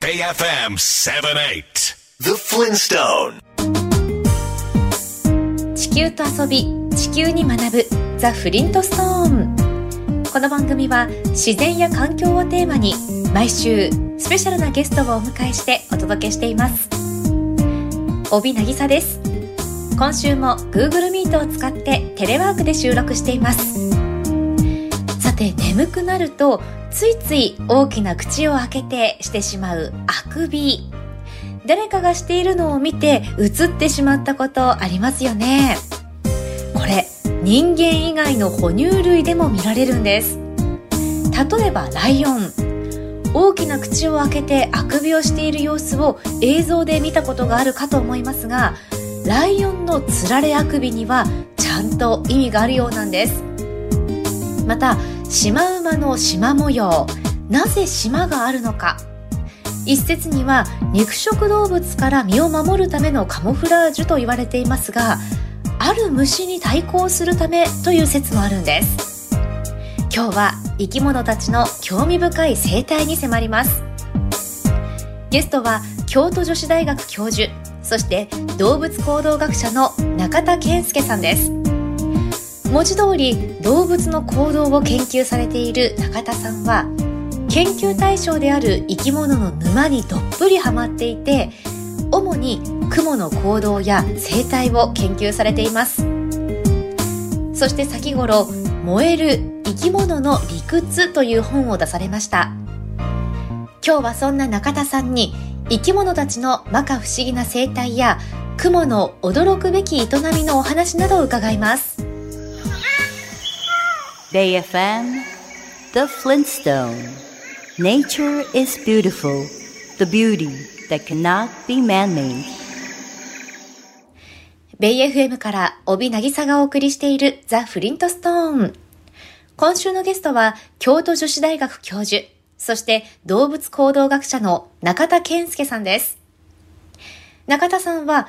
BayFM78 The Flintstone 地球と遊び、地球に学ぶザ・フリントストーン。この番組は自然や環境をテーマに毎週スペシャルなゲストをお迎えしてお届けしています。帯渚です。今週も Google Meet を使ってテレワークで収録しています。さて、眠くなるとついつい大きな口を開けてしてしまうあくび。誰かがしているのを見て映ってしまったことありますよね。これ人間以外の哺乳類でも見られるんです。例えばライオン、大きな口を開けてあくびをしている様子を映像で見たことがあるかと思いますが、ライオンのつられあくびにはちゃんと意味があるようなんです。またシマウマの縞模様、なぜ縞があるのか。一説には肉食動物から身を守るためのカモフラージュと言われていますが、ある虫に対抗するためという説もあるんです。今日は生き物たちの興味深い生態に迫ります。ゲストは京都女子大学教授、そして動物行動学者の中田健介さんです。文字通り動物の行動を研究されている中田さんは、研究対象である生き物の沼にどっぷりハマっていて、主にクモの行動や生態を研究されています。そして先頃、燃える生き物の理屈という本を出されました。今日はそんな中田さんに生き物たちの摩訶不思議な生態やクモの驚くべき営みのお話などを伺います。 BayFM The Flintstone Nature is beautiful, the beauty that cannot be man-made。 BayFM から帯渚がお送りしているザ・フリントストーン。今週のゲストは京都女子大学教授、そして動物行動学者の中田健介さんです。中田さんは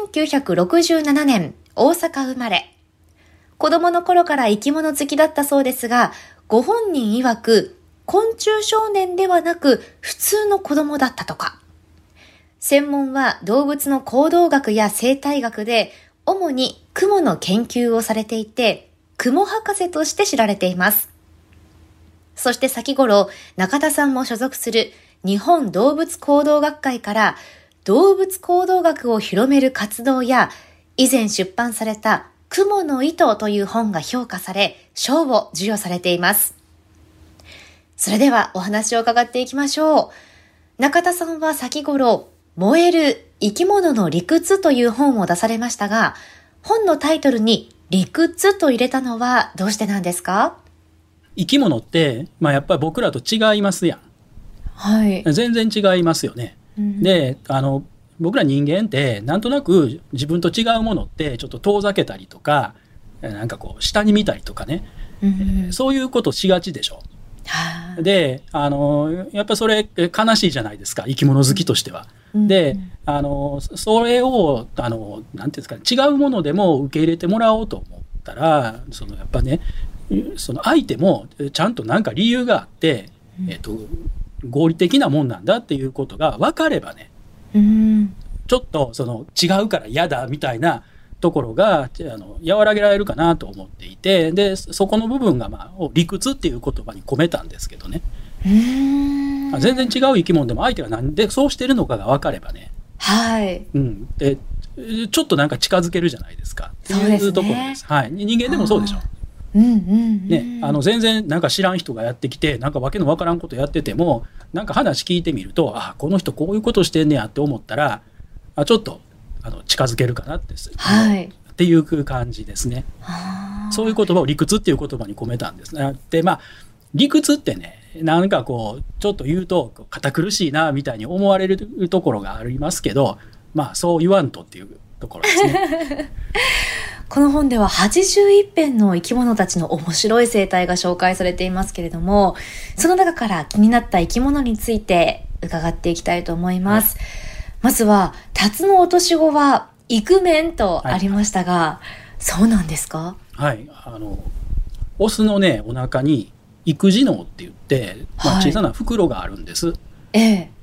1967年大阪生まれ。子供の頃から生き物好きだったそうですが、ご本人曰く昆虫少年ではなく普通の子供だったとか。専門は動物の行動学や生態学で、主にクモの研究をされていて、クモ博士として知られています。そして先頃、中田さんも所属する日本動物行動学会から動物行動学を広める活動や、以前出版されたクモの糸という本が評価され、賞を授与されています。それではお話を伺っていきましょう。中田さんは先頃、燃える生き物の理屈という本を出されましたが、本のタイトルに理屈と入れたのはどうしてなんですか？ 生き物って、やっぱり僕らと違いますやん。 はい。 全然違いますよね。で、僕ら人間ってなんとなく自分と違うものってちょっと遠ざけたりとか、なんかこう下に見たりとかね、そういうことしがちでしょ。で、やっぱそれ悲しいじゃないですか、生き物好きとしては。で、それをなんていうんですかね、違うものでも受け入れてもらおうと思ったら、やっぱね、その相手もちゃんとなんか理由があって、合理的なもんなんだっていうことが分かればね、ちょっと違うから嫌だみたいなところが和らげられるかなと思っていて、でそこの部分が理屈っていう言葉に込めたんですけどね。全然違う生き物でも相手がなんでそうしてるのかが分かればね、 はい。 でちょっとなんか近づけるじゃないですかっていうところです。はい、人間でもそうでしょ。ね、全然なんか知らん人がやってきて、なんかわけのわからんことやってても、なんか話聞いてみると、この人こういうことしてんねやって思ったら、ちょっと近づけるかなって、 はい、 っていう感じですね。そういう言葉を理屈っていう言葉に込めたんですね。で、理屈ってね、なんかこうちょっと言うと堅苦しいなみたいに思われるところがありますけど、そう言わんとっていうところですね。 この本では81編の生き物たちの面白い生態が紹介されていますけれども、その中から気になった生き物について伺っていきたいと思います。まずはタツノオトシゴはイクメンとありましたが、そうなんですか？ はい、オスのねお腹に育児嚢って言って、小さな袋があるんです。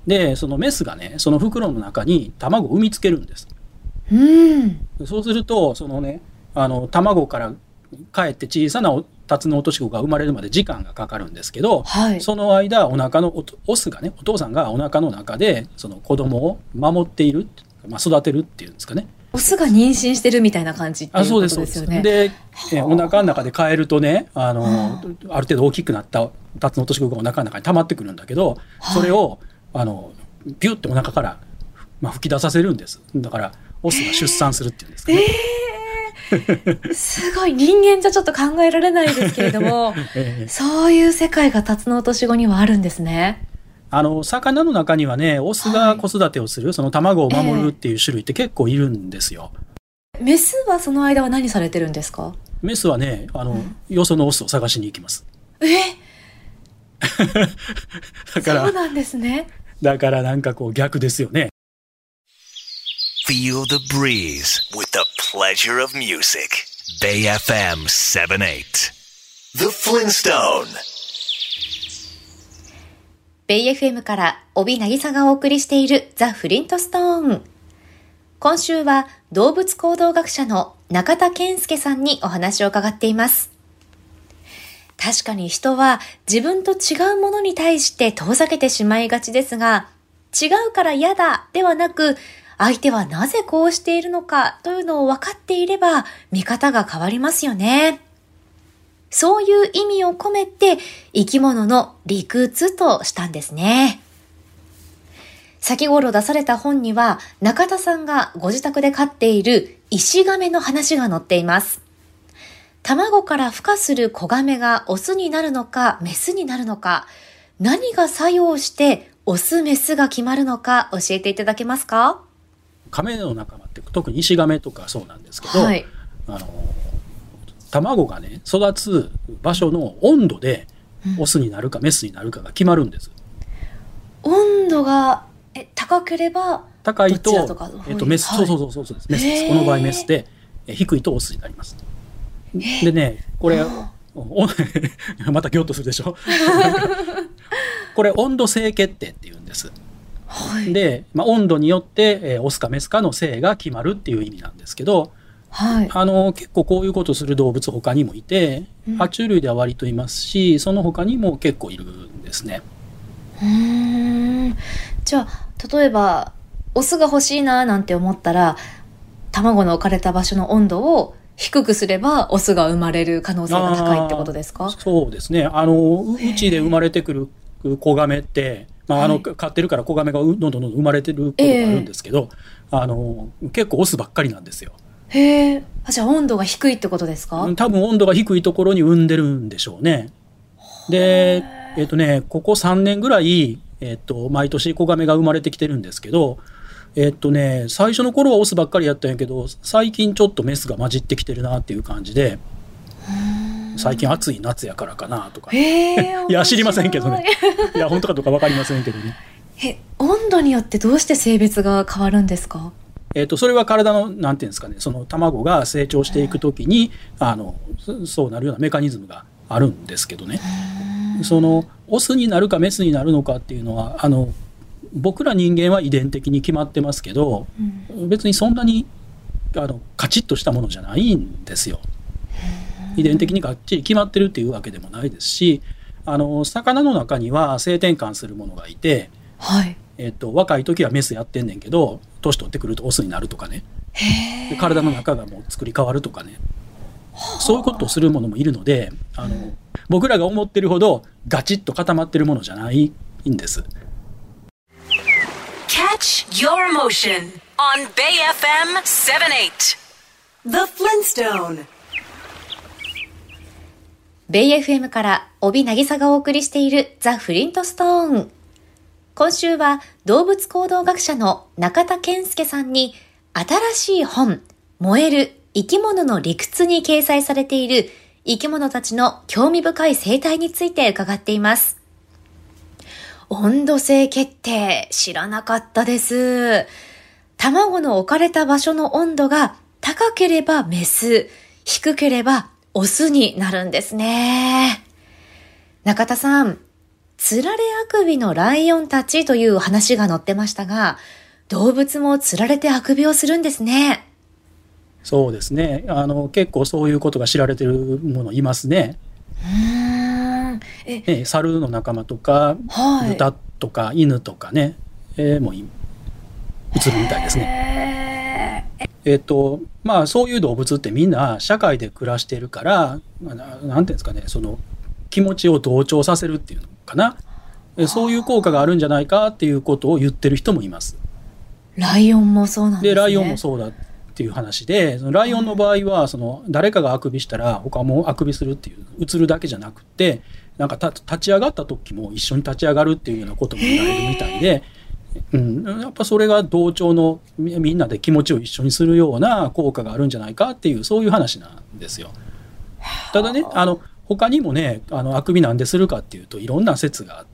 で、そのメスがね、その袋の中に卵を産みつけるんです。そうすると、そのね、卵から帰って小さなタツノオトシゴが生まれるまで時間がかかるんですけど、 はい、 その間お腹のオスがね、お父さんがお腹の中でその子供を守っている、育てるっていうんですかね。 オスが妊娠してるみたいな感じっていうことですよね。 そうです。で、お腹の中で飼えるとね、ある程度大きくなったタツノオトシゴがお腹の中に溜まってくるんだけど、それをビュッてお腹から、吹き出させるんです。だからオスが出産するっていうんですかね。 すごい、人間じゃちょっと考えられないですけれども、そういう世界がタツノオトシゴにはあるんですね。 魚の中にはね、オスが子育てをする、その卵を守るっていう種類って結構いるんですよ。 メスはその間は何されてるんですか？ メスはね、よそのオスを探しに行きます。だからそうなんですね。 だからなんかこう逆ですよね。 Feel the breeze with the pleasure of music. Bay FM 78. The Flintstone. Bay FM から帯渚がお送りしているザ・フリントストーン。今週は動物行動学者の中田健介さんにお話を伺っています。確かに人は自分と違うものに対して遠ざけてしまいがちですが、違うから嫌だではなく、相手はなぜこうしているのかというのを分かっていれば見方が変わりますよね。そういう意味を込めて生き物の理屈としたんですね。先頃出された本には中田さんがご自宅で飼っているイシガメの話が載っています。卵から孵化する子ガメがオスになるのかメスになるのか、何が作用してオスメスが決まるのか教えていただけますか？ カメの仲間って特にイシガメとかそうなんですけど、 はい、 卵がね育つ場所の温度でオスになるかメスになるかが決まるんです。 温度が高ければ高いとメス、 はい、 そうですメスです。この場合メスで低いとオスになります。でね、これまたギョッとするでしょこれ温度性決定っていうんです。 はい、 で、温度によって、オスかメスかの性が決まるっていう意味なんですけど、 はい、 結構こういうことをする動物他にもいて、爬虫類では割といますし、その他にも結構いるんですね。 じゃあ例えばオスが欲しいななんて思ったら、卵の置かれた場所の温度を低くすればオスが生まれる可能性が高いってことですか？ そうですね。うちで生まれてくる子ガメって、飼ってるから子ガメがどんどん生まれてることがあるんですけど、結構オスばっかりなんですよ。 じゃあ温度が低いってことですか？ 多分温度が低いところに産んでるんでしょうね。で、ここ3年ぐらい、毎年子ガメが生まれてきてるんですけど、最初の頃はオスばっかりやったんやけど、最近ちょっとメスが混じってきてるなっていう感じで、最近暑い夏やからかなとか、いや知りませんけどねいや本当かどうか分かりませんけどね。 温度によってどうして性別が変わるんですか？ それは体のなんていうんですかね、その卵が成長していくときにそうなるようなメカニズムがあるんですけどね。そのオスになるかメスになるのかっていうのは僕ら人間は遺伝的に決まってますけど、別にそんなにカチッとしたものじゃないんですよ。遺伝的にがっちり決まってるっていうわけでもないですし、魚の中には性転換するものがいて、 はい、 若い時はメスやってんねんけど年取ってくるとオスになるとかね、で体の中がもう作り変わるとかね、そういうことをするものもいるので、僕らが思ってるほどガチッと固まってるものじゃないんです。 Catch your emotion on Bay FM 78. The Flintstone. Bay FM から帯渚がお送りしているザ・フリントストーン。今週は動物行動学者の中田健介さんに新しい本、燃える生き物の理屈に掲載されている生き物たちの興味深い生態について伺っています。温度性決定、知らなかったです。卵の置かれた場所の温度が高ければメス、低ければオスになるんですね。中田さん、 つられあくびのライオンたちという話が載ってましたが、動物もつられてあくびをするんですね。 そうですね。結構そういうことが知られてるものいますね。猿の仲間とか、はい、豚とか犬とかね、もう映るみたいですね。まあそういう動物ってみんな社会で暮らしてるから、なんていうんですかね、その気持ちを同調させるっていうのかな。そういう効果があるんじゃないかっていうことを言ってる人もいます。 ライオンもそうなんですね。 で、ライオンもそうだっていう話で、そのライオンの場合はその誰かがあくびしたら他もあくびするっていう映るだけじゃなくて、なんか立ち上がった時も一緒に立ち上がるっていうようなことも見られるみたいで、やっぱそれが同調のみんなで気持ちを一緒にするような効果があるんじゃないかっていう、そういう話なんですよ。ただね、他にもね、あくびなんでするかっていうといろんな説があって、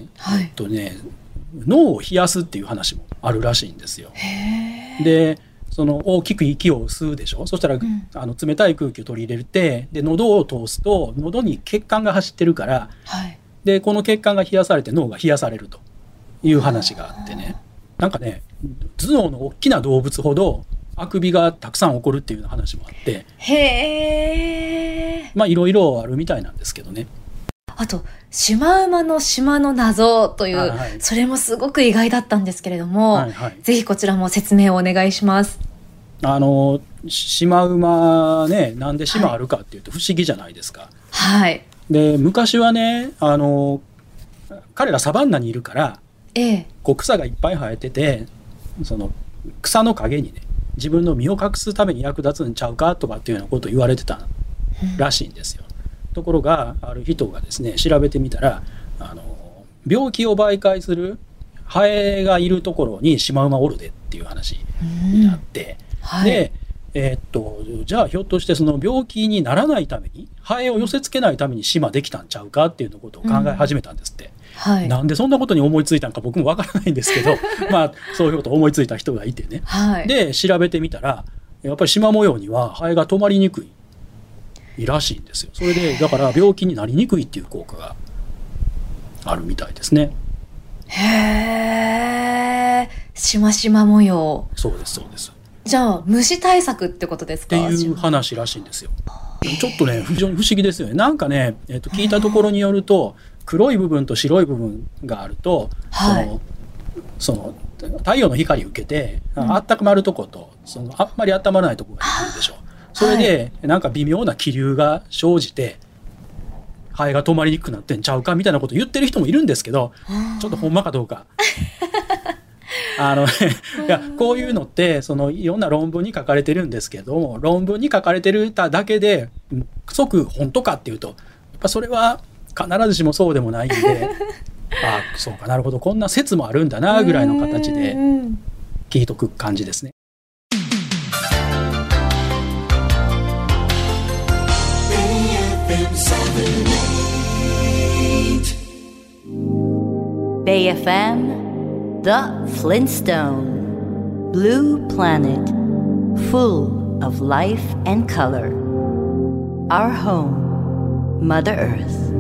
はい、脳を冷やすっていう話もあるらしいんですよ。で、その大きく息を吸うでしょ。そしたら、冷たい空気を取り入れて、で喉を通すと喉に血管が走ってるから、はい、でこの血管が冷やされて脳が冷やされるという話があってね、なんかね、頭脳の大きな動物ほどあくびがたくさん起こるっていうような話もあって、まあいろいろあるみたいなんですけどね。 あとシマウマの島の謎という、はい、それもすごく意外だったんですけれども、はいはい、ぜひこちらも説明をお願いします。 シマウマね、なんで島あるかっていうと不思議じゃないですか。はい。で、昔はね、彼らサバンナにいるから、こう草がいっぱい生えてて、その草の陰にね、自分の身を隠すために役立つんちゃうかとかっていうようなことを言われてたらしいんですよ。ところがある人がですね、調べてみたら、病気を媒介するハエがいるところにシマウマおるでっていう話になって、はい、で、じゃあひょっとしてその病気にならないために、ハエを寄せつけないために島できたんちゃうかっていうことを考え始めたんですって。はい、なんでそんなことに思いついたのか僕もわからないんですけどまあそういうことを思いついた人がいてね、はい、で調べてみたら、やっぱり縞模様にはハエが止まりにくいらしいんですよ。それでだから病気になりにくいっていう効果があるみたいですね。 へー、しましま模様。 そうですそうです。 じゃあ虫対策ってことですか？ っていう話らしいんですよ。ちょっとね非常に不思議ですよね。なんかね、聞いたところによると、黒い部分と白い部分があると、はい、その太陽の光を受けて、あったまるとことあんまり温まらないところがいるでしょう。それで、はい、なんか微妙な気流が生じてハエが止まりにくくなってんちゃうかみたいなことを言ってる人もいるんですけど、ちょっとほんまかどうかいやこういうのっていろんな論文に書かれてるんですけども、論文に書かれてるだけで即本当かっていうと、やっぱそれは必ずしもそうでもないんであ、そうか、なるほど、こんな説もあるんだなぐらいの形で聞いとく感じですね。 Bay FM, The Flintstone, Blue Planet, full of life and color. Our home, Mother Earth.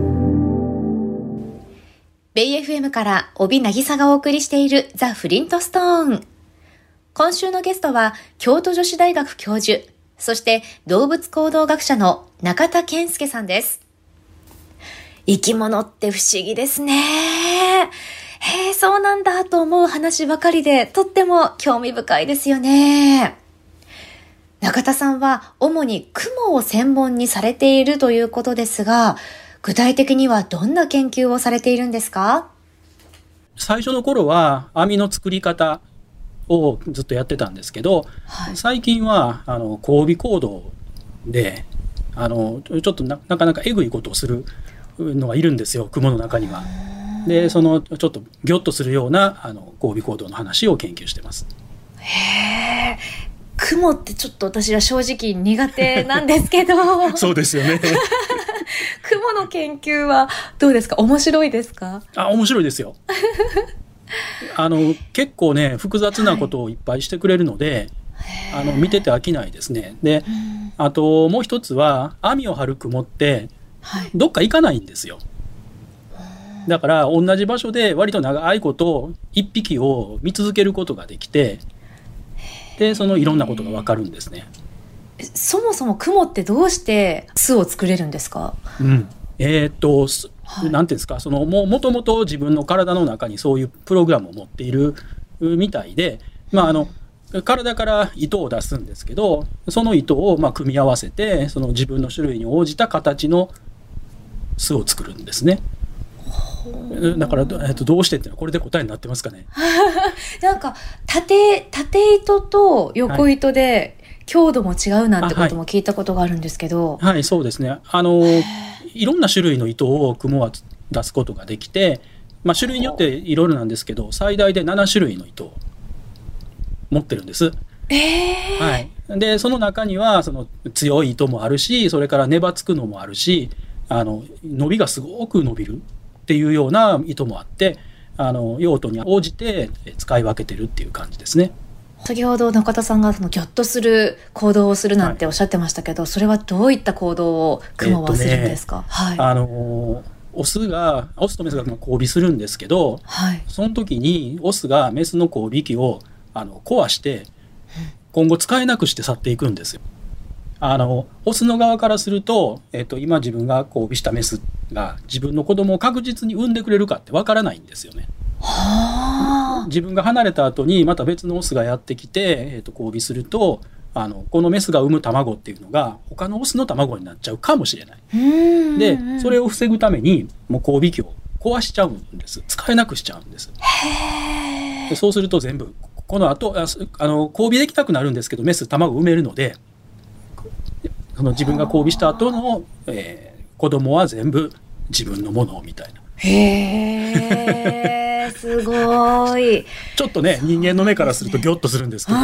ベイ FM から帯渚がお送りしているザ・フリントストーン。今週のゲストは京都女子大学教授、そして動物行動学者の中田健介さんです。生き物って不思議ですね。そうなんだと思う話ばかりで、とっても興味深いですよね。中田さんは主に雲を専門にされているということですが、具体的にはどんな研究をされているんですか？ 最初の頃は網の作り方をずっとやってたんですけど、はい、最近は交尾行動でちょっと なかなかえぐいことをするのがいるんですよ、雲の中には。でちょっとギョッとするような交尾行動の話を研究してます。 へー、雲ってちょっと私は正直苦手なんですけどそうですよね雲の研究はどうですか？面白いですか？ 面白いですよ結構ね複雑なことをいっぱいしてくれるので、はい、見てて飽きないですね。で、あともう一つは網を張る雲ってどっか行かないんですよ。 だから同じ場所で割と長いこと一匹を見続けることができて、でそのいろんなことが分かるんですね。 そもそもクモってどうして巣を作れるんですか？ なんていうんですか、もともと自分の体の中にそういうプログラムを持っているみたいで、体から糸を出すんですけど、その糸を組み合わせてその自分の種類に応じた形の巣を作るんですね。だから、どうしてっていうのはこれで答えになってますかね。 なんか縦糸と横糸で強度も違うなんてことも聞いたことがあるんですけど、 はい、そうですね。いろんな種類の糸をクモは出すことができて、種類によっていろいろなんですけど、最大で7種類の糸を持ってるんです。はい、でその中にはその強い糸もあるし、それから粘つくのもあるし、伸びがすごく伸びるっていうような糸もあって、用途に応じて使い分けてるっていう感じですね。 先ほど中田さんがギョッとする行動をするなんておっしゃってましたけど、それはどういった行動をクモはするんですか？ オスとメスが交尾するんですけど、その時にオスがメスの交尾器を壊して今後使えなくして去っていくんですよ。オスの側からすると、今自分が交尾したメスが自分の子供を確実に産んでくれるかってわからないんですよね。自分が離れた後にまた別のオスがやってきて、交尾するとこのメスが産む卵っていうのが他のオスの卵になっちゃうかもしれない。でそれを防ぐためにもう交尾器を壊しちゃうんです。使えなくしちゃうんです。でそうすると全部この後交尾できなくなるんですけど、メス卵を産めるので、その自分が交尾した後の、子供は全部自分のものみたいな。 すごい。 ちょっとね、人間の目からするとギョッとするんですけど、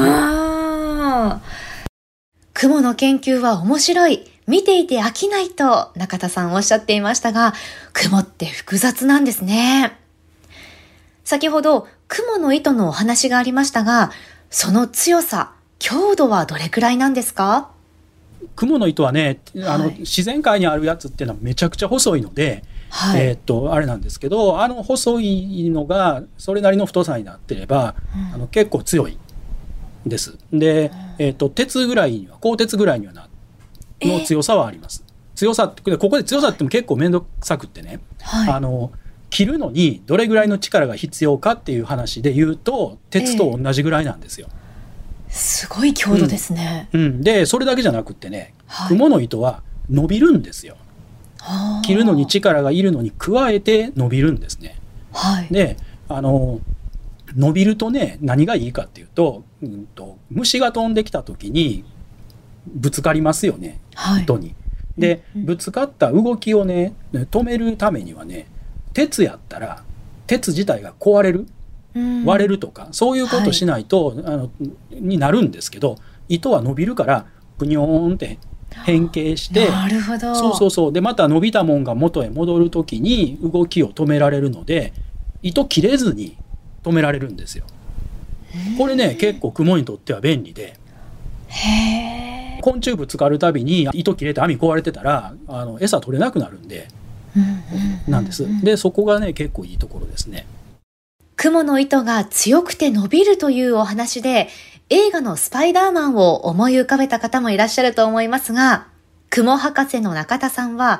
クモの研究は面白い、見ていて飽きないと中田さんおっしゃっていましたが、クモって複雑なんですね。先ほどクモの糸のお話がありましたが、その強さ、強度はどれくらいなんですか？ クモの糸はね、自然界にあるやつっていうのはめちゃくちゃ細いので、あれなんですけど、細いのがそれなりの太さになってれば、結構強いです。で、鉄ぐらいには、鋼鉄ぐらいにはの強さはあります。強さって、ここで強さっても結構面倒くさくってね、切るのにどれぐらいの力が必要かっていう話で言うと、鉄と同じぐらいなんですよ。 すごい強度ですね。 でそれだけじゃなくってね、クモの糸は伸びるんですよ。切るのに力がいるのに加えて伸びるんですね。で伸びるとね、何がいいかっていうと、虫が飛んできた時にぶつかりますよね、糸に。でぶつかった動きをね止めるためにはね、鉄やったら鉄自体が壊れる、割れるとかそういうことしないと、になるんですけど、糸は伸びるからブニョーンって変形して、 なるほど。 そうでまた伸びたもんが元へ戻るときに動きを止められるので、糸切れずに止められるんですよ。これね結構クモにとっては便利で、昆虫ぶつかるたびに糸切れて網壊れてたら餌取れなくなるんで、なんです。でそこがね結構いいところですね。 クモの糸が強くて伸びるというお話で、映画のスパイダーマンを思い浮かべた方もいらっしゃると思いますが、クモ博士の中田さんは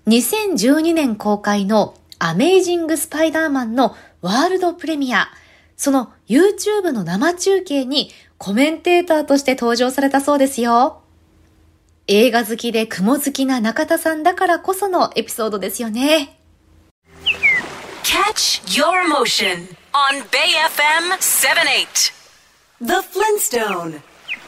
2012年公開のアメイジングスパイダーマンのワールドプレミア、その YouTube の生中継にコメンテーターとして登場されたそうですよ。映画好きでクモ好きな中田さんだからこそのエピソードですよね。 Catch your motion on Bay FM 78. The Flintstone.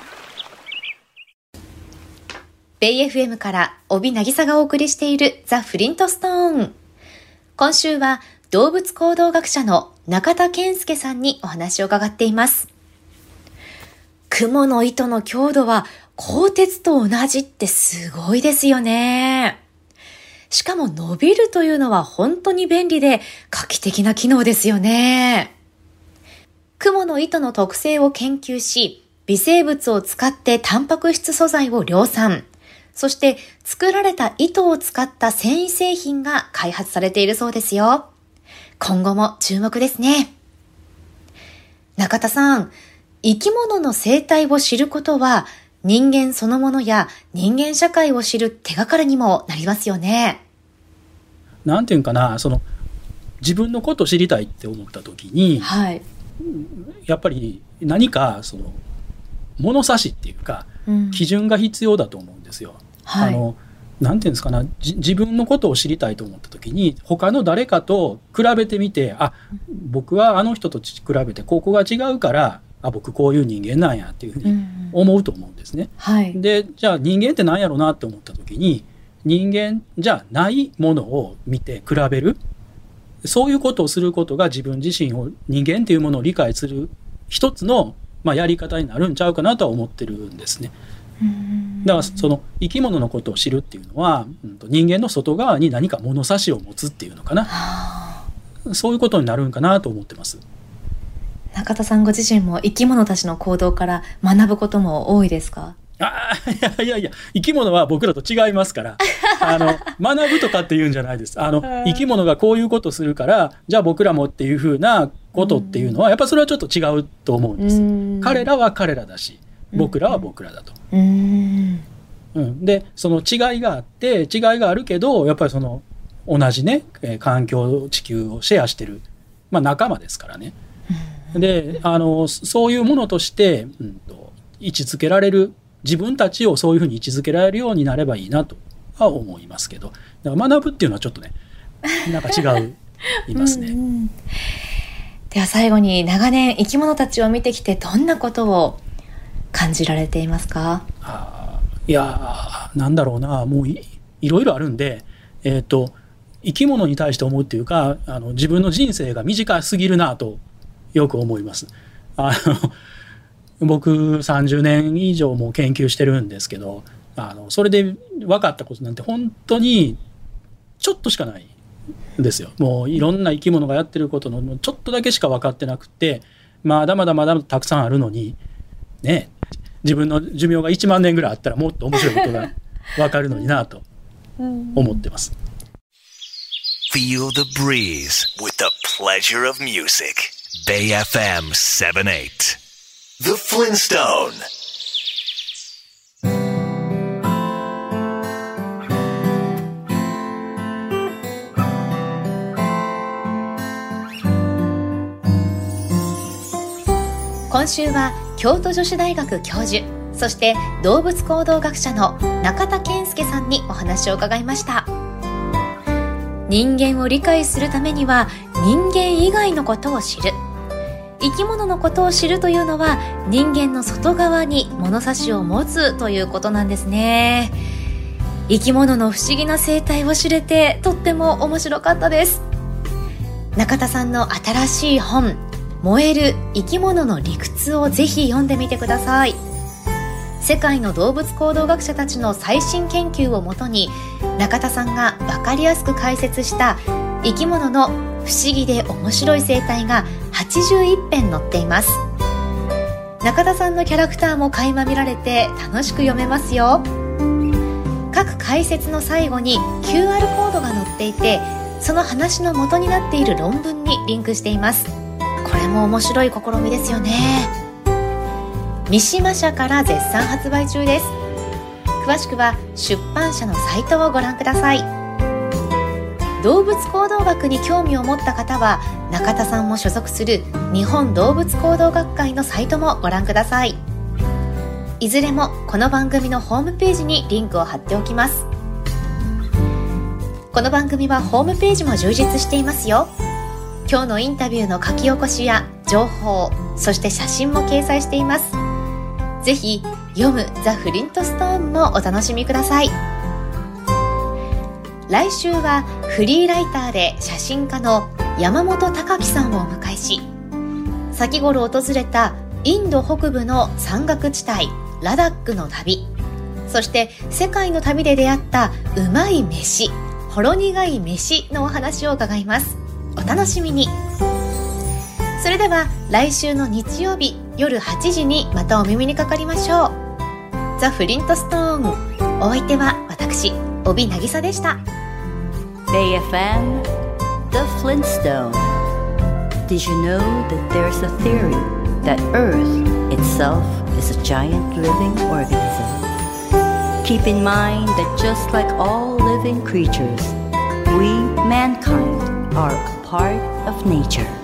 Bay FM から帯渚がお送りしているザ・フリントストーン。今週は動物行動学者の中田健介さんにお話を伺っています。クモの糸の強度は鋼鉄と同じってすごいですよね。しかも伸びるというのは本当に便利で画期的な機能ですよね。クモの糸の特性を研究し、微生物を使ってタンパク質素材を量産、そして作られた糸を使った繊維製品が開発されているそうですよ。 今後も注目ですね。中田さん、生き物の生態を知ることは人間そのものや人間社会を知る手がかりにもなりますよね。 なんていうかな、自分のことを知りたいって思った時に、 はい、 やっぱり何か物差しっていうか、基準が必要だと思うんですよ。はい、なんていうんですかな、自分のことを知りたいと思った時に他の誰かと比べてみて、僕はあの人と比べてここが違うから僕こういう人間なんやっていうふうに思うと思うんですね。はい、でじゃあ人間って何やろうなって思った時に、人間じゃないものを見て比べる、そういうことをすることが自分自身を、人間っていうものを理解する一つの、やり方になるんちゃうかなとは思ってるんですね。だから生き物のことを知るっていうのは、人間の外側に何か物差しを持つっていうのかな、そういうことになるんかなと思ってます。 中田さんご自身も生き物たちの行動から学ぶことも多いですか？ いや生き物は僕らと違いますから学ぶとかっていうんじゃないです。生き物がこういうことするからじゃあ僕らもっていうふうなことっていうのはやっぱりそれはちょっと違うと思うんです。彼らは彼らだし僕らは僕らだと。でその違いがあって違いがあるけどやっぱり同じね環境地球をシェアしてる、仲間ですからね。でそういうものとして、位置づけられる、自分たちをそういうふうに位置づけられるようになればいいなとは思いますけど、だから学ぶっていうのはちょっとねなんか違いますね。 では最後に、長年生き物たちを見てきてどんなことを感じられていますか？ いやなんだろうな、もう いろいろあるんで、生き物に対して思うっていうか自分の人生が短すぎるなとよく思います。僕30年以上も研究してるんですけど、それで分かったことなんて本当にちょっとしかないんですよ。もういろんな生き物がやってることのちょっとだけしか分かってなくて、まだまだたくさんあるのにね、自分の寿命が1万年ぐらいあったらもっと面白いことが分かるのになと思ってます。 Feel the breeze with the pleasure of music. Bay FM 78. The Flintstone. 今週は京都女子大学教授、そして動物行動学者の中田健介さんにお話を伺いました。人間を理解するためには人間以外のことを知る、生き物のことを知るというのは人間の外側に物差しを持つということなんですね。生き物の不思議な生態を知れてとっても面白かったです。中田さんの新しい本、燃える生き物の理屈をぜひ読んでみてください。世界の動物行動学者たちの最新研究をもとに中田さんが分かりやすく解説した生き物の不思議で面白い生態が81編載っています。中田さんのキャラクターも垣間見られて楽しく読めますよ。各解説の最後に QR コードが載っていて、その話の元になっている論文にリンクしています。これも面白い試みですよね。三島社から絶賛発売中です。詳しくは出版社のサイトをご覧ください。動物行動学に興味を持った方は中田さんも所属する日本動物行動学会のサイトもご覧ください。いずれもこの番組のホームページにリンクを貼っておきます。この番組はホームページも充実していますよ。今日のインタビューの書き起こしや情報、そして写真も掲載しています。ぜひ読むザ・フリントストーンもお楽しみください。来週はフリーライターで写真家の山本隆樹さんをお迎えし、先頃訪れたインド北部の山岳地帯ラダックの旅、そして世界の旅で出会ったうまい飯、ほろ苦い飯のお話を伺います。お楽しみに。それでは来週の日曜日夜8時にまたお耳にかかりましょう。ザ・フリントストーン、お相手は私帯渚でした。 Bay FM, The Flintstone. did you know that there's a theory that Earth itself is a giant living organism? Keep in mind that just like all living creatures, we, mankind, are a part of nature.